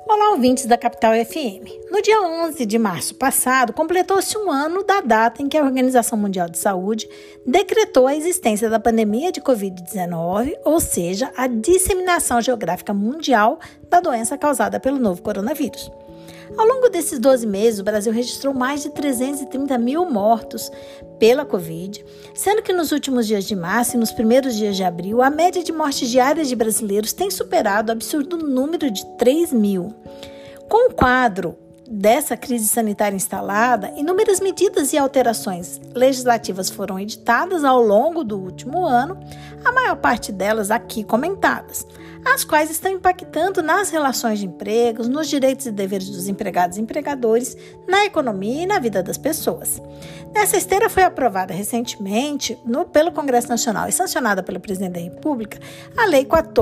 Olá, ouvintes da Capital FM. No dia 11 de março passado, completou-se um ano da data em que a Organização Mundial de Saúde decretou a existência da pandemia de Covid-19, ou seja, a disseminação geográfica mundial da doença causada pelo novo coronavírus. Ao longo desses 12 meses, o Brasil registrou mais de 330 mil mortos pela Covid, sendo que nos últimos dias de março e nos primeiros dias de abril, a média de mortes diárias de brasileiros tem superado o absurdo número de 3 mil. Com o quadro dessa crise sanitária instalada, inúmeras medidas e alterações legislativas foram editadas ao longo do último ano, a maior parte delas aqui comentadas, as quais estão impactando nas relações de empregos, nos direitos e deveres dos empregados e empregadores, na economia e na vida das pessoas. Nessa esteira foi aprovada recentemente pelo Congresso Nacional e sancionada pelo Presidente da República a Lei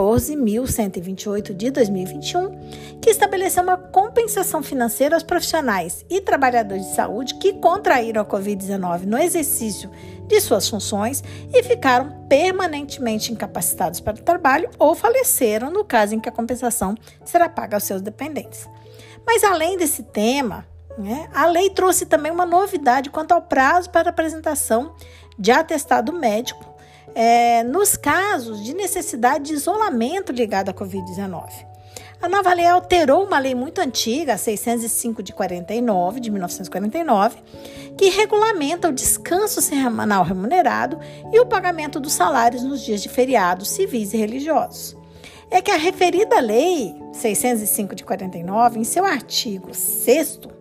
14.128 de 2021, que estabeleceu uma compensação financeira aos profissionais e trabalhadores de saúde que contraíram a Covid-19 no exercício de suas funções e ficaram permanentemente incapacitados para o trabalho ou faleceram no caso em que a compensação será paga aos seus dependentes. Mas além desse tema, a lei trouxe também uma novidade quanto ao prazo para apresentação de atestado médico nos casos de necessidade de isolamento ligado à Covid-19. A nova lei alterou uma lei muito antiga, a 605 de 1949, que regulamenta o descanso semanal remunerado e o pagamento dos salários nos dias de feriados civis e religiosos. É que a referida lei 605 de 49, em seu artigo 6º,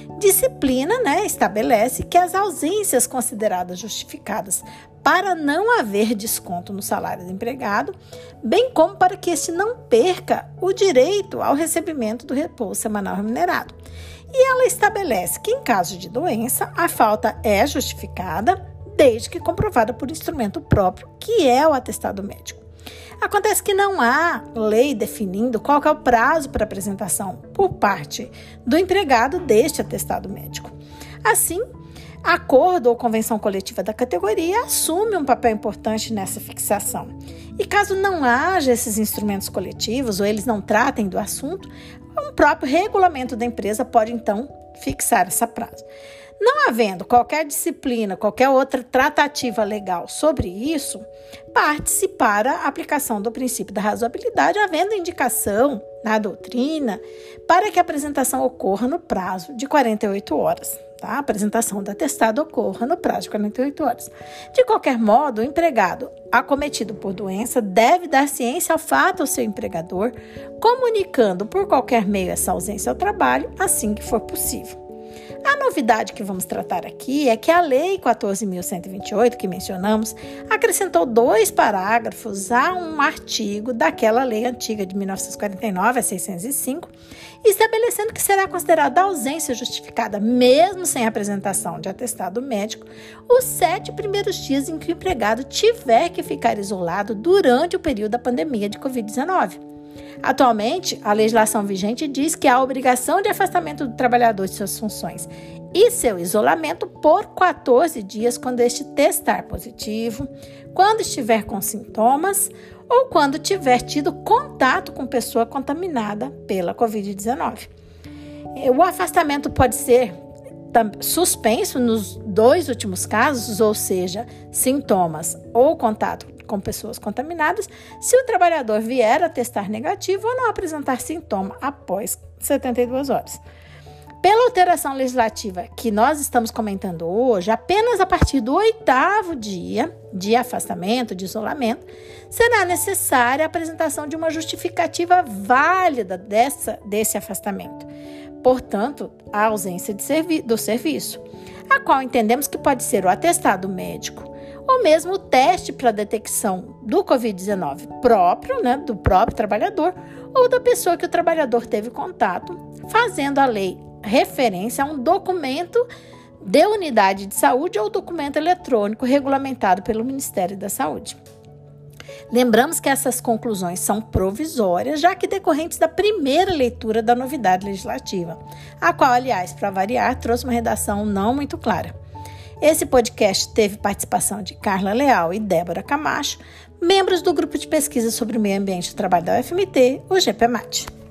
estabelece que as ausências consideradas justificadas para não haver desconto no salário do empregado, bem como para que este não perca o direito ao recebimento do repouso semanal remunerado. E ela estabelece que, em caso de doença, a falta é justificada, desde que comprovada por instrumento próprio, que é o atestado médico. Acontece que não há lei definindo qual que é o prazo para apresentação por parte do empregado deste atestado médico. Assim, acordo ou convenção coletiva da categoria assume um papel importante nessa fixação. E caso não haja esses instrumentos coletivos ou eles não tratem do assunto, um próprio regulamento da empresa pode, então, fixar essa prazo. Não havendo qualquer disciplina, qualquer outra tratativa legal sobre isso, parte-se para a aplicação do princípio da razoabilidade, havendo indicação na doutrina para que a apresentação ocorra no prazo de 48 horas. A apresentação do atestado ocorra no prazo de 48 horas. De qualquer modo, o empregado acometido por doença deve dar ciência ao fato ao seu empregador, comunicando por qualquer meio essa ausência ao trabalho, assim que for possível. A novidade que vamos tratar aqui é que a Lei 14.128, que mencionamos, acrescentou 2 parágrafos a um artigo daquela lei antiga de 1949, a 605, estabelecendo que será considerada ausência justificada, mesmo sem apresentação de atestado médico, os 7 primeiros dias em que o empregado tiver que ficar isolado durante o período da pandemia de Covid-19. Atualmente, a legislação vigente diz que há a obrigação de afastamento do trabalhador de suas funções e seu isolamento por 14 dias quando este testar positivo, quando estiver com sintomas ou quando tiver tido contato com pessoa contaminada pela Covid-19. O afastamento pode ser suspenso nos 2 últimos casos, ou seja, sintomas ou contato com pessoas contaminadas, se o trabalhador vier a testar negativo ou não apresentar sintoma após 72 horas. Pela alteração legislativa que nós estamos comentando hoje, apenas a partir do 8º dia de afastamento, de isolamento, será necessária a apresentação de uma justificativa válida desse afastamento. Portanto, a ausência do serviço, a qual entendemos que pode ser o atestado médico, ou mesmo o teste para a detecção do Covid-19 próprio, do próprio trabalhador, ou da pessoa que o trabalhador teve contato, fazendo a lei referência a um documento de unidade de saúde ou documento eletrônico regulamentado pelo Ministério da Saúde. Lembramos que essas conclusões são provisórias, já que decorrentes da primeira leitura da novidade legislativa, a qual, aliás, para variar, trouxe uma redação não muito clara. Esse podcast teve participação de Carla Leal e Débora Camacho, membros do Grupo de Pesquisa sobre o Meio Ambiente e Trabalho da UFMT, o GPMAT.